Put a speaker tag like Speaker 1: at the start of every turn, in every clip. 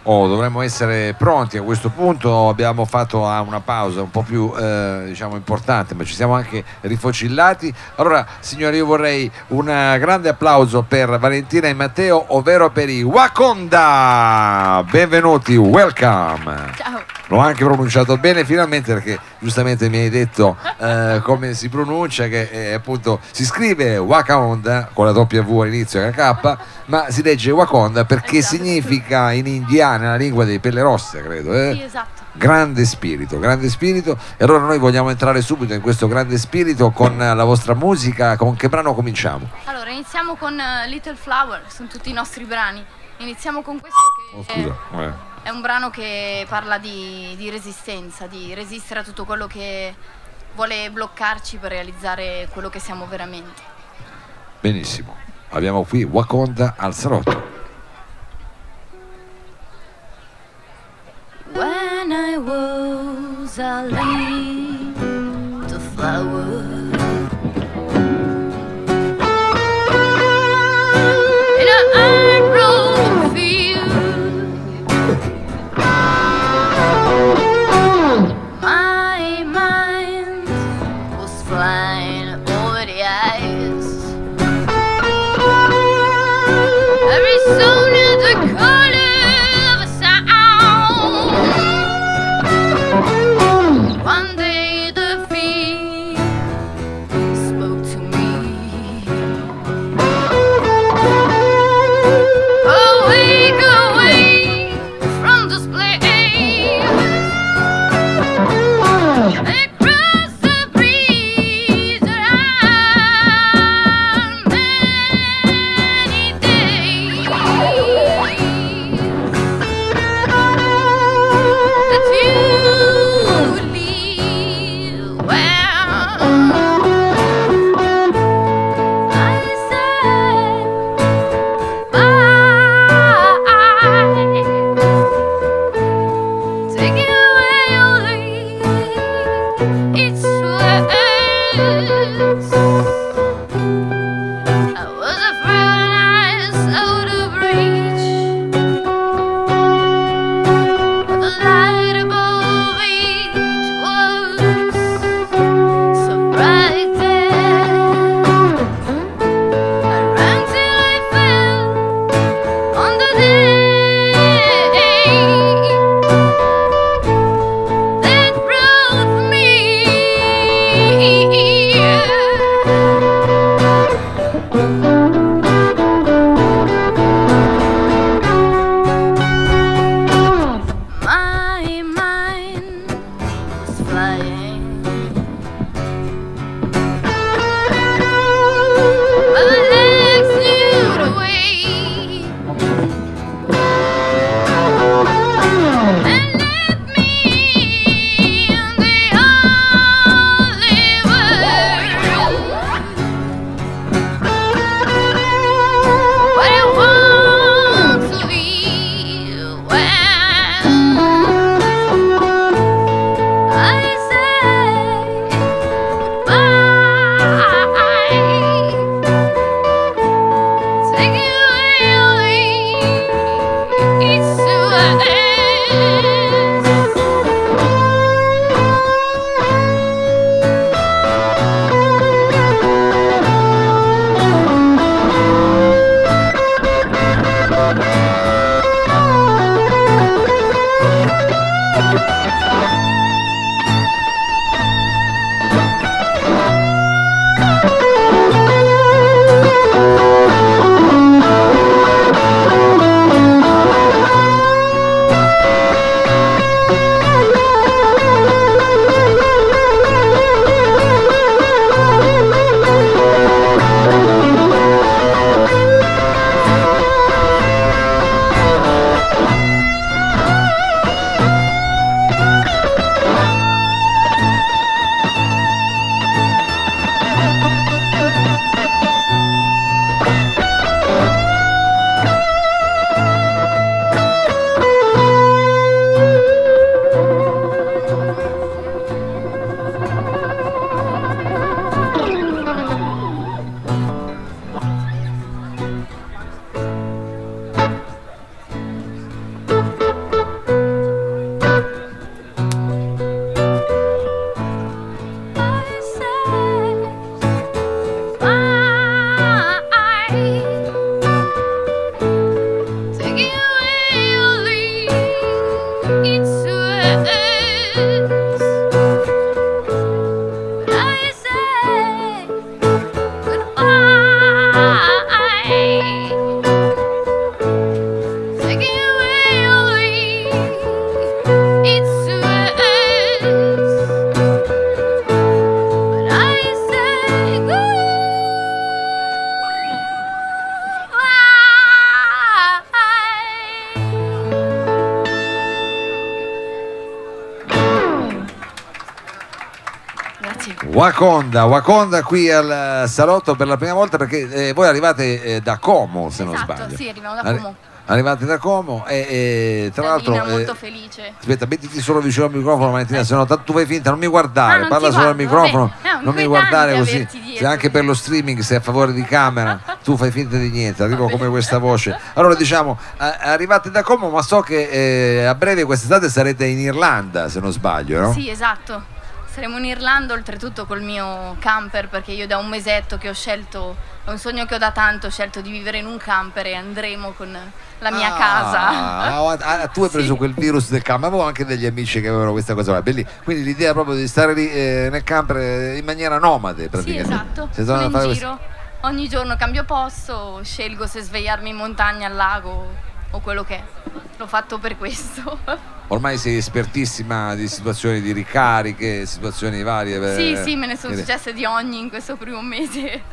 Speaker 1: Dovremmo essere pronti a questo punto. Abbiamo fatto una pausa un po' più diciamo importante, ma ci siamo anche rifocillati. Allora signori, io vorrei un grande applauso per Valentina e Matteo, ovvero per i Wakonda. Benvenuti, welcome.
Speaker 2: Ciao.
Speaker 1: L'ho anche pronunciato bene finalmente, perché giustamente mi hai detto come si pronuncia, che appunto si scrive Wakonda con la W all'inizio e la K, ma si legge Wakonda perché significa in indiana, la lingua dei pelle rosse, credo.
Speaker 2: Sì, esatto.
Speaker 1: Grande spirito, grande spirito. E allora noi vogliamo entrare subito in questo grande spirito con la vostra musica. Con che brano cominciamo?
Speaker 2: Allora, iniziamo con Little Flower, sono tutti i nostri brani. Iniziamo con questo che è un brano che parla di resistenza, di resistere a tutto quello che vuole bloccarci per realizzare quello che siamo veramente.
Speaker 1: Benissimo, abbiamo qui Wakonda al salotto.
Speaker 2: When I was a little flower, in an unbroken field, my mind was flying over the ice. Every sound in the color of a sound. One day the fear spoke to me. Awake, awake from
Speaker 1: Waconda qui al salotto per la prima volta, perché voi arrivate da Como, se non sbaglio.
Speaker 2: Sì, arriviamo da Como.
Speaker 1: Arrivate da Como e tra l'altro
Speaker 2: molto felice.
Speaker 1: Aspetta, mettiti solo vicino al microfono, Valentina, se no tu fai finta, non mi guardare,
Speaker 2: non
Speaker 1: parla solo al microfono,
Speaker 2: non
Speaker 1: mi guardare così, se anche per lo streaming sei a favore di camera, tu fai finta di niente, arrivo come questa voce. Allora diciamo, arrivate da Como, ma so che a breve quest'estate sarete in Irlanda, se non sbaglio, no?
Speaker 2: Sì, esatto. Saremo in Irlanda, oltretutto col mio camper, perché io da un mesetto che ho scelto, è un sogno che ho da tanto, ho scelto di vivere in un camper e andremo con la mia casa.
Speaker 1: Tu hai preso quel virus del camper, avevo anche degli amici che avevano questa cosa, quindi l'idea proprio di stare lì nel camper in maniera nomade praticamente.
Speaker 2: Sì, esatto, sono in giro, ogni giorno cambio posto, scelgo se svegliarmi in montagna, al lago o quello che è, l'ho fatto per questo.
Speaker 1: Ormai sei espertissima di situazioni di ricariche, situazioni varie.
Speaker 2: Sì, me ne sono successe di ogni in questo primo mese.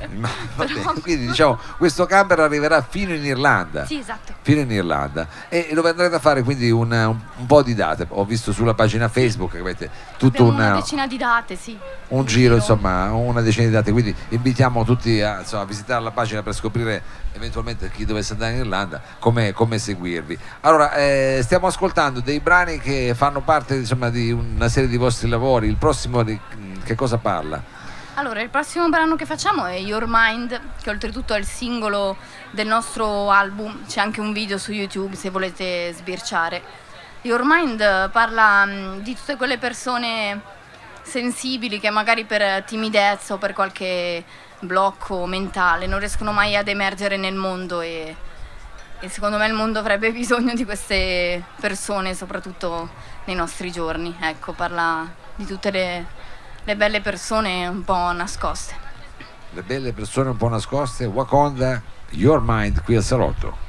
Speaker 1: Quindi diciamo, questo camper arriverà fino in Irlanda.
Speaker 2: Sì, esatto.
Speaker 1: Fino in Irlanda. E dove andrete a fare quindi un po' di date. Ho visto sulla pagina Facebook che avete tutto
Speaker 2: una decina di date, sì.
Speaker 1: Un giro, insomma, una decina di date. Quindi invitiamo tutti a visitare la pagina per scoprire eventualmente chi dovesse andare in Irlanda, come seguirvi. Allora, stiamo ascoltando dei brani che fanno parte, insomma, di una serie di vostri lavori. Il prossimo di che cosa parla?
Speaker 2: Allora, il prossimo brano che facciamo è Your Mind, che oltretutto è il singolo del nostro album. C'è anche un video su YouTube se volete sbirciare. Your Mind parla di tutte quelle persone sensibili che magari per timidezza o per qualche blocco mentale non riescono mai ad emergere nel mondo, e secondo me il mondo avrebbe bisogno di queste persone, soprattutto nei nostri giorni. Ecco, parla di tutte le belle persone un po' nascoste.
Speaker 1: Le belle persone un po' nascoste. Waconda, Your Mind, qui al salotto.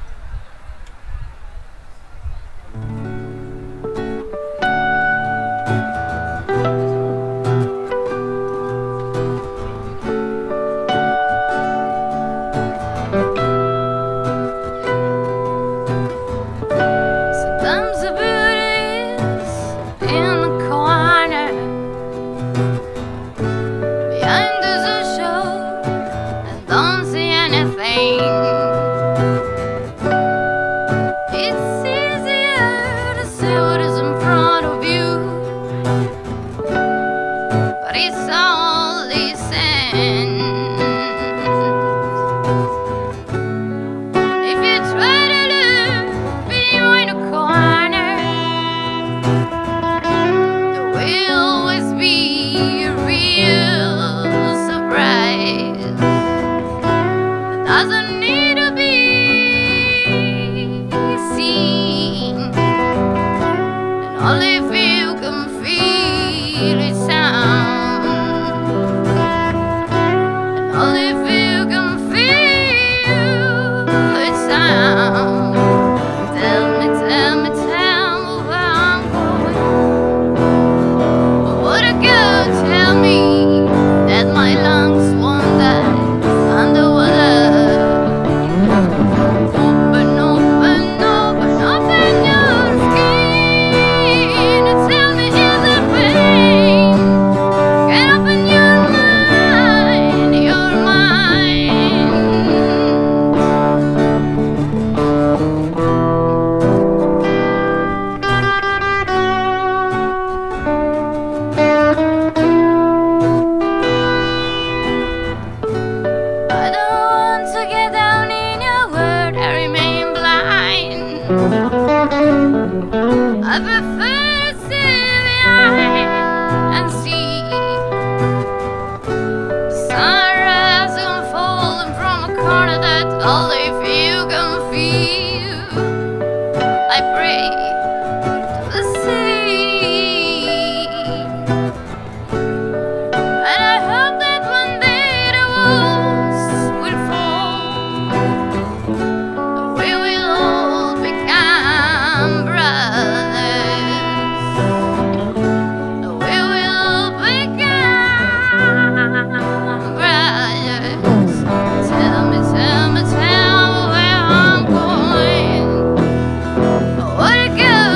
Speaker 3: What a girl.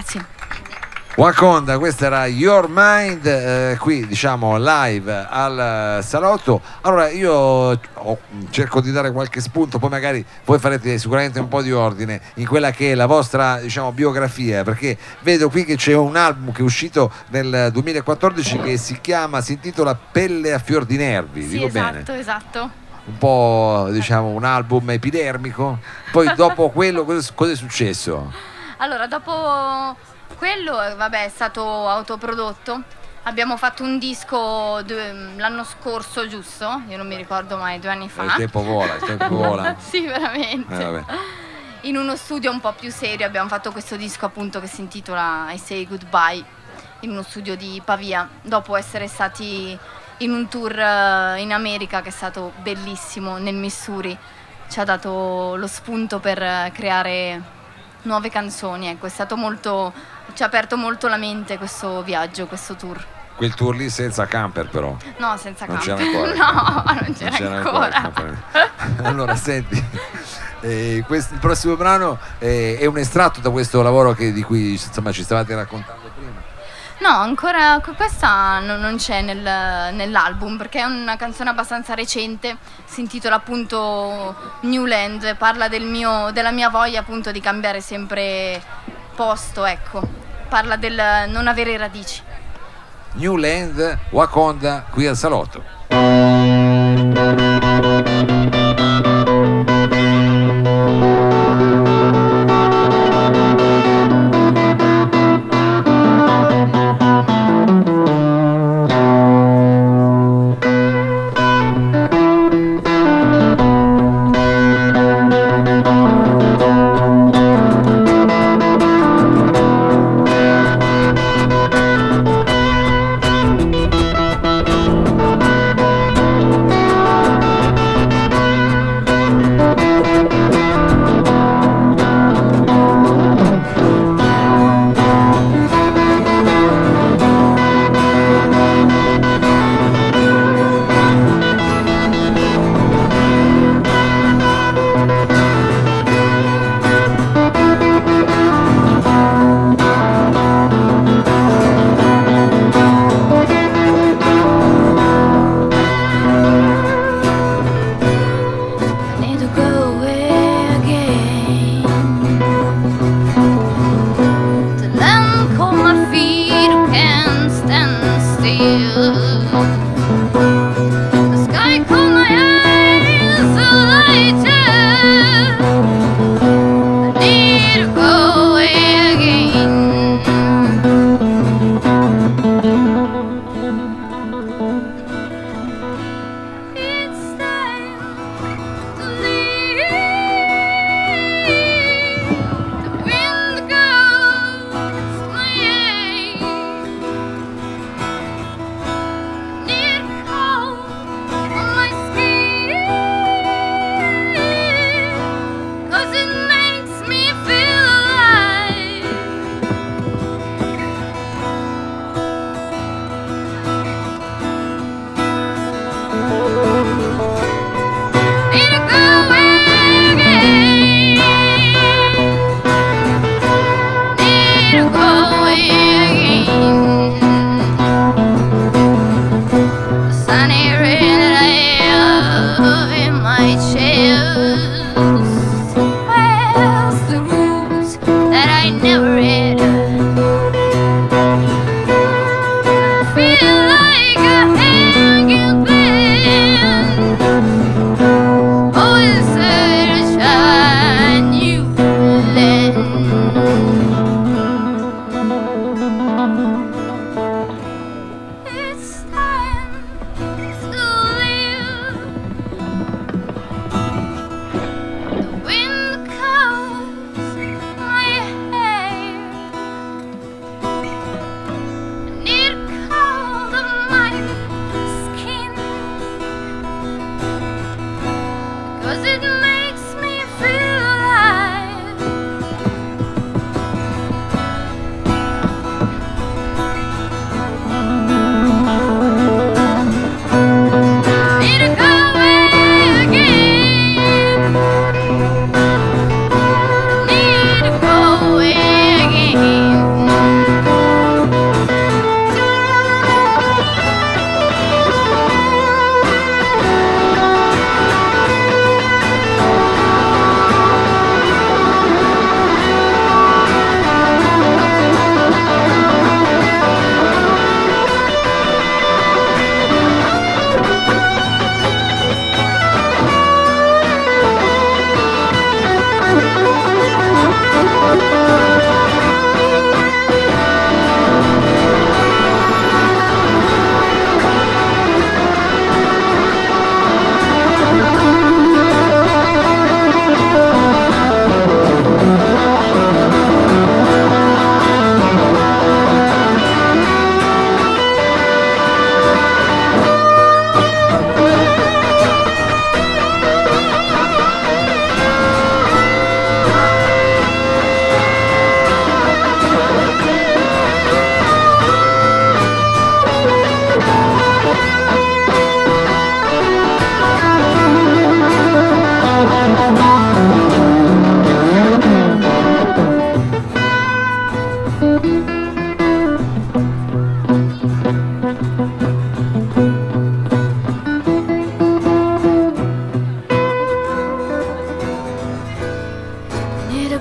Speaker 2: Grazie.
Speaker 1: Wakanda, questa era Your Mind, qui diciamo live al salotto. Allora io cerco di dare qualche spunto, poi magari voi farete sicuramente un po' di ordine in quella che è la vostra, diciamo, biografia, perché vedo qui che c'è un album che è uscito nel 2014 che si intitola Pelle a fior di nervi,
Speaker 2: sì,
Speaker 1: dico
Speaker 2: esatto,
Speaker 1: bene?
Speaker 2: Esatto.
Speaker 1: Un po', diciamo, un album epidermico. Poi dopo quello cosa è successo?
Speaker 2: Allora, dopo quello, vabbè, è stato autoprodotto. Abbiamo fatto un disco l'anno scorso, giusto? Io non mi ricordo mai, 2 anni fa.
Speaker 1: Il tempo vola.
Speaker 2: Sì, veramente.
Speaker 1: Vabbè.
Speaker 2: In uno studio un po' più serio abbiamo fatto questo disco, appunto, che si intitola I Say Goodbye, in uno studio di Pavia, dopo essere stati in un tour in America che è stato bellissimo, nel Missouri. Ci ha dato lo spunto per creare nuove canzoni, ecco, è stato ci ha aperto molto la mente questo viaggio, questo tour.
Speaker 1: Quel tour lì senza camper però?
Speaker 2: No, senza
Speaker 1: non
Speaker 2: camper.
Speaker 1: C'era ancora.
Speaker 2: No, non c'era ancora.
Speaker 1: Allora, senti, il prossimo brano è un estratto da questo lavoro di cui insomma ci stavate raccontando prima.
Speaker 2: No, ancora questa non c'è nell'album, perché è una canzone abbastanza recente, si intitola appunto New Land, parla della mia voglia appunto di cambiare sempre posto, ecco, parla del non avere radici.
Speaker 1: New Land, Wakanda, qui al salotto.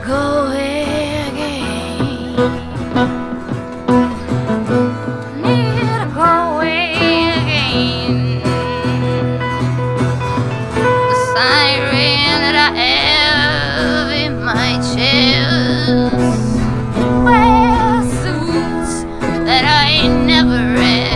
Speaker 2: go away again. Need to go away again. The siren that I have in my chest wears suits that I never read.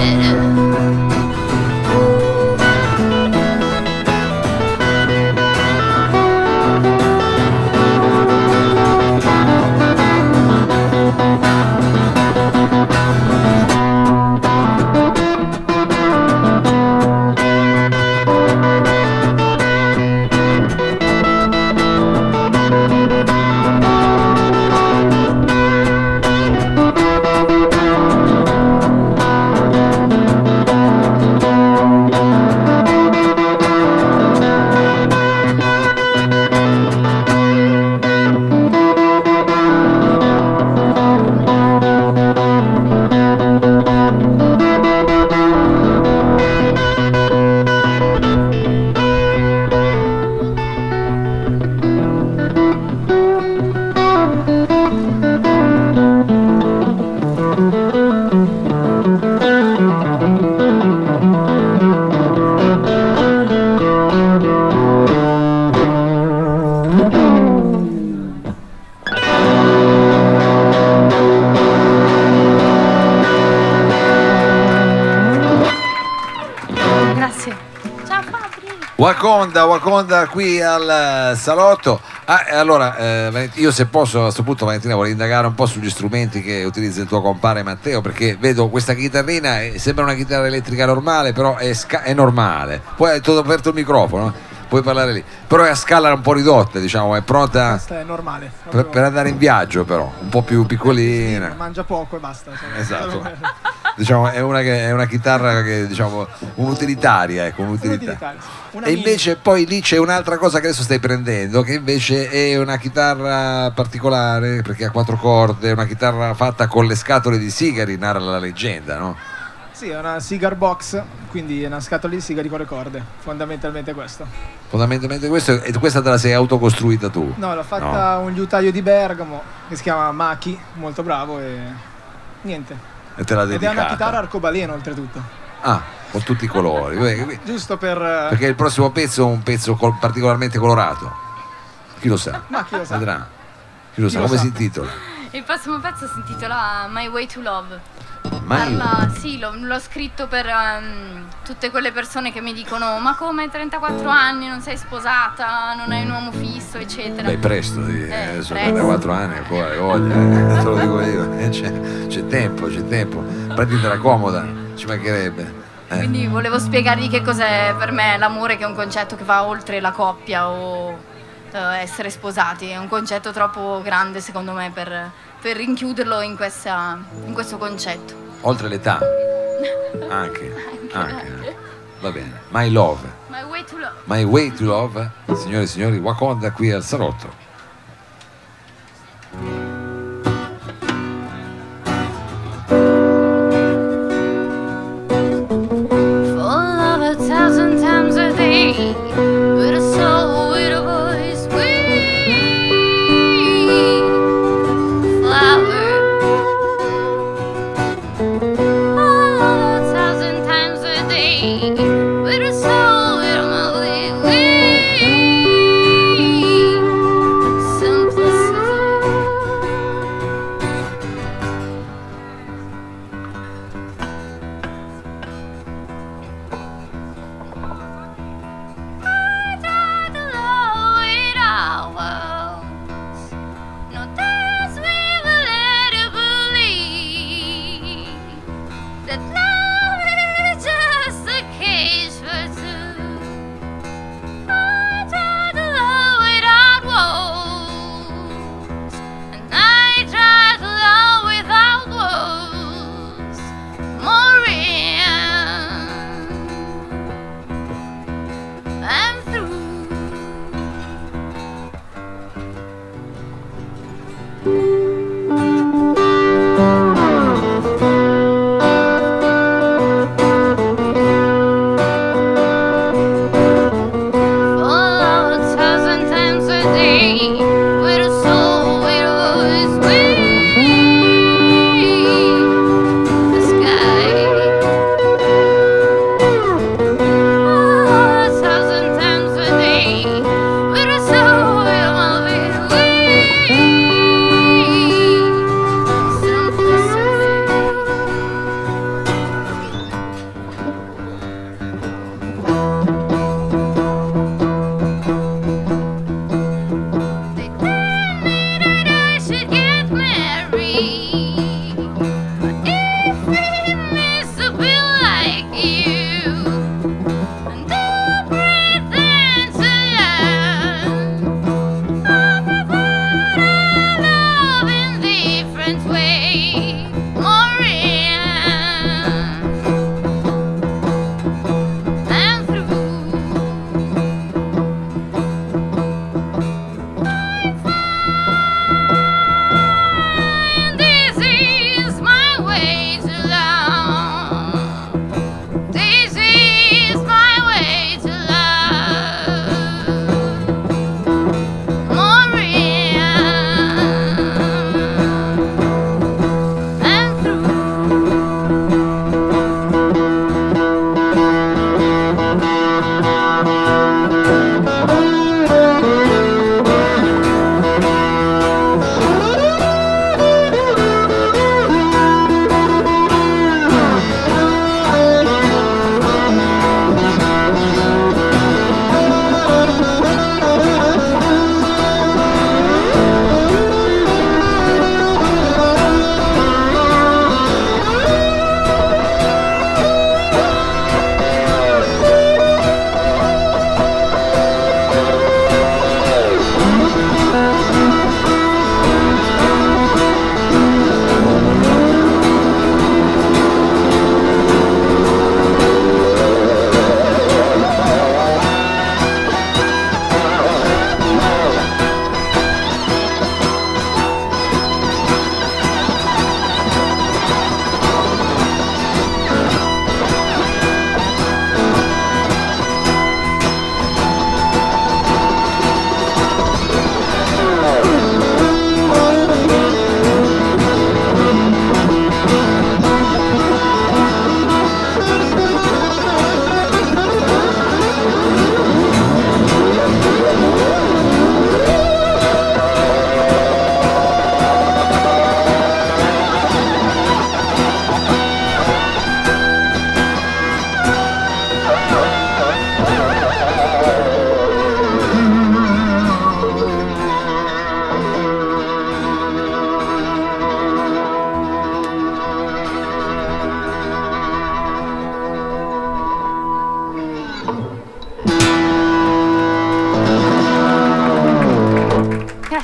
Speaker 1: Waconda qui al salotto. Allora, io se posso a questo punto, Valentina, vorrei indagare un po' sugli strumenti che utilizza il tuo compare Matteo, perché vedo questa chitarrina, sembra una chitarra elettrica normale, però è normale. Poi ti ho aperto il microfono, puoi parlare lì, però è a scala un po' ridotta, diciamo, è pronta.
Speaker 3: Questa è normale
Speaker 1: per andare in viaggio, però un po' più piccolina.
Speaker 3: Sì, mangia poco e basta.
Speaker 1: Esatto. Diciamo, è una chitarra che, diciamo, un'utilitaria, ecco, un'utilitaria. E invece poi lì c'è un'altra cosa che adesso stai prendendo, che invece è una chitarra particolare, perché ha 4 corde, è una chitarra fatta con le scatole di sigari, narra la leggenda, no?
Speaker 3: Sì, è una cigar box, quindi è una scatola di sigari con le corde, fondamentalmente questo.
Speaker 1: Fondamentalmente questo, e questa te la sei autocostruita tu?
Speaker 3: No, l'ho fatta un liutaio di Bergamo, che si chiama Maki, molto bravo, e niente.
Speaker 1: E te l'ha dedicata.
Speaker 3: Ed è una chitarra arcobaleno oltretutto.
Speaker 1: Ah, con tutti i colori.
Speaker 3: Giusto per...
Speaker 1: Perché il prossimo pezzo è un pezzo particolarmente colorato. Chi lo sa?
Speaker 3: Ma chi lo sa?
Speaker 1: Vedrà. Chi lo sa? Come si intitola?
Speaker 2: Il prossimo pezzo si intitola My Way to Love.
Speaker 1: Sì,
Speaker 2: l'ho scritto per tutte quelle persone che mi dicono: ma come 34 anni, non sei sposata, non hai un uomo fisso, eccetera.
Speaker 1: Beh, presto, adesso 34 anni ancora, hai voglia, te lo dico io, c'è tempo, prenditela comoda, ci mancherebbe.
Speaker 2: Quindi volevo spiegargli che cos'è per me l'amore, che è un concetto che va oltre la coppia o essere sposati, è un concetto troppo grande secondo me per rinchiuderlo in questo concetto.
Speaker 1: Oltre l'età? Anche. Va bene. My Love.
Speaker 2: My Way to Love.
Speaker 1: My Way to Love. Signore e signori, Waconda qui al salotto.
Speaker 2: Full of 1,000 times a day, with a soul, with a voice, with a soul, with a melody,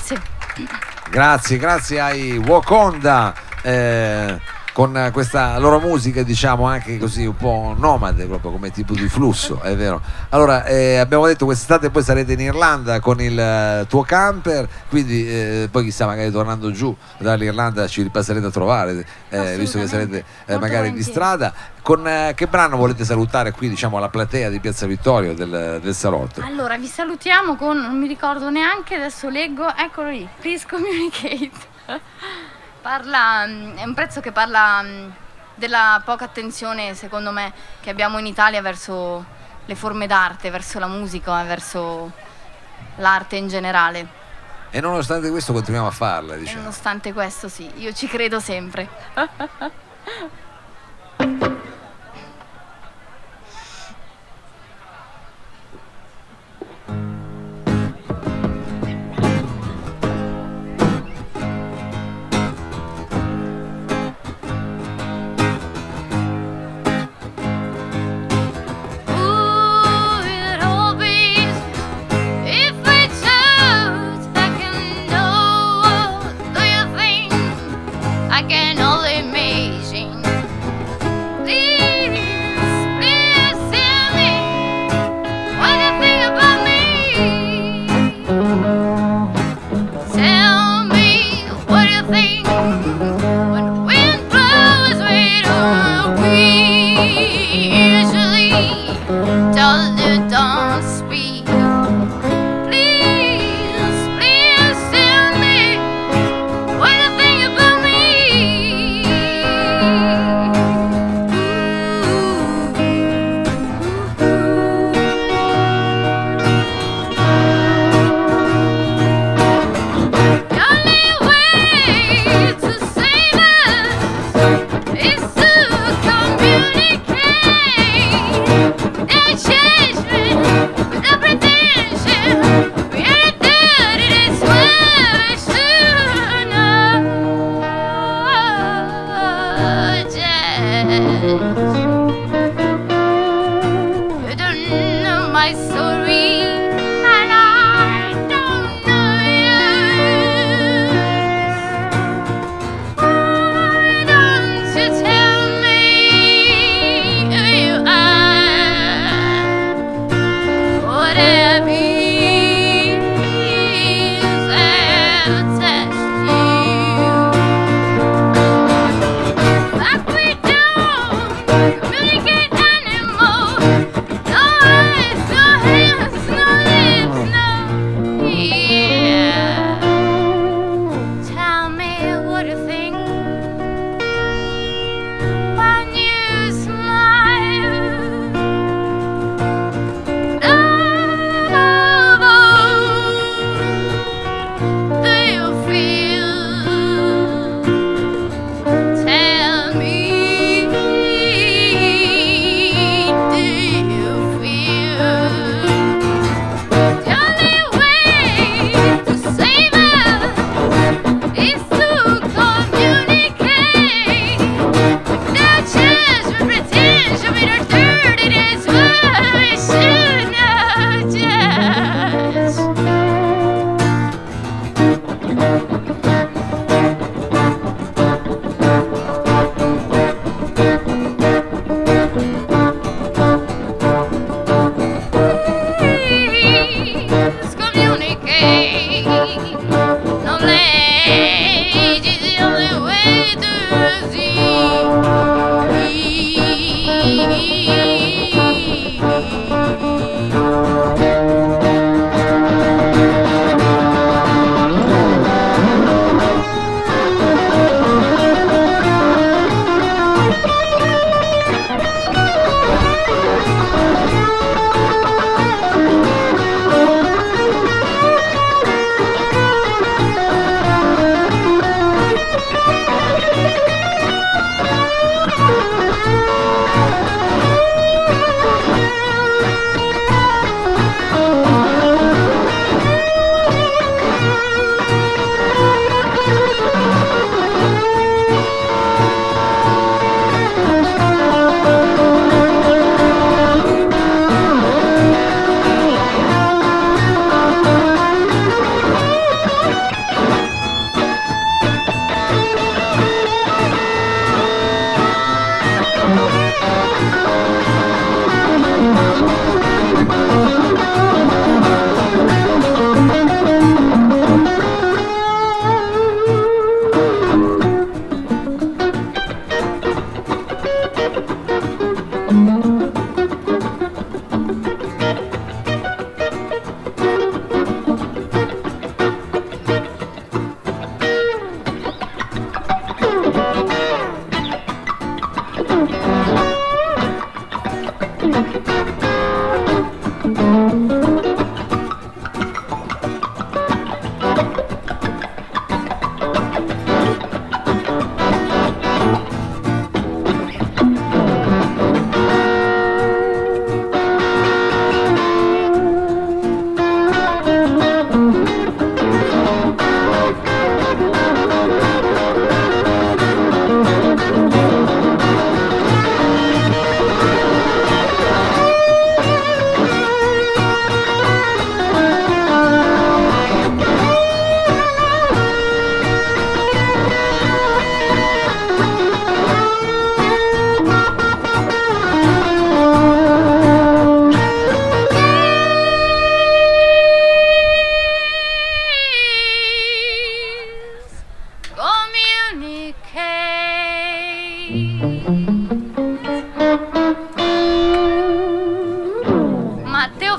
Speaker 2: Grazie
Speaker 1: ai Wakonda, con questa loro musica, diciamo anche così un po' nomade, proprio come tipo di flusso, è vero. Allora, abbiamo detto quest'estate poi sarete in Irlanda con il tuo camper, quindi poi chissà, magari tornando giù dall'Irlanda ci ripasserete a trovare, visto che sarete magari di strada. Con che brano volete salutare qui, diciamo, alla platea di Piazza Vittorio del salotto?
Speaker 2: Allora, vi salutiamo con, non mi ricordo neanche, adesso leggo, eccolo lì, Please Communicate. È un pezzo che parla della poca attenzione, secondo me, che abbiamo in Italia verso le forme d'arte, verso la musica e verso l'arte in generale.
Speaker 1: E nonostante questo continuiamo a farla, diciamo.
Speaker 2: E nonostante questo, sì, io ci credo sempre.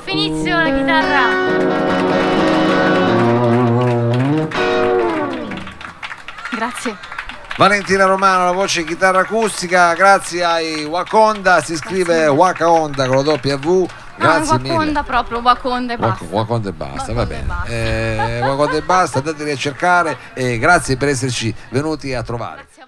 Speaker 2: Finizio la chitarra. Grazie.
Speaker 1: Valentina Romano, la voce e chitarra acustica, grazie ai Waconda, si scrive Wakaonda con la W. Grazie mille.
Speaker 2: Waconda proprio, Waconda e basta.
Speaker 1: Waconda e basta, va bene. Waconda e basta, andateli a cercare e grazie per esserci venuti a trovare.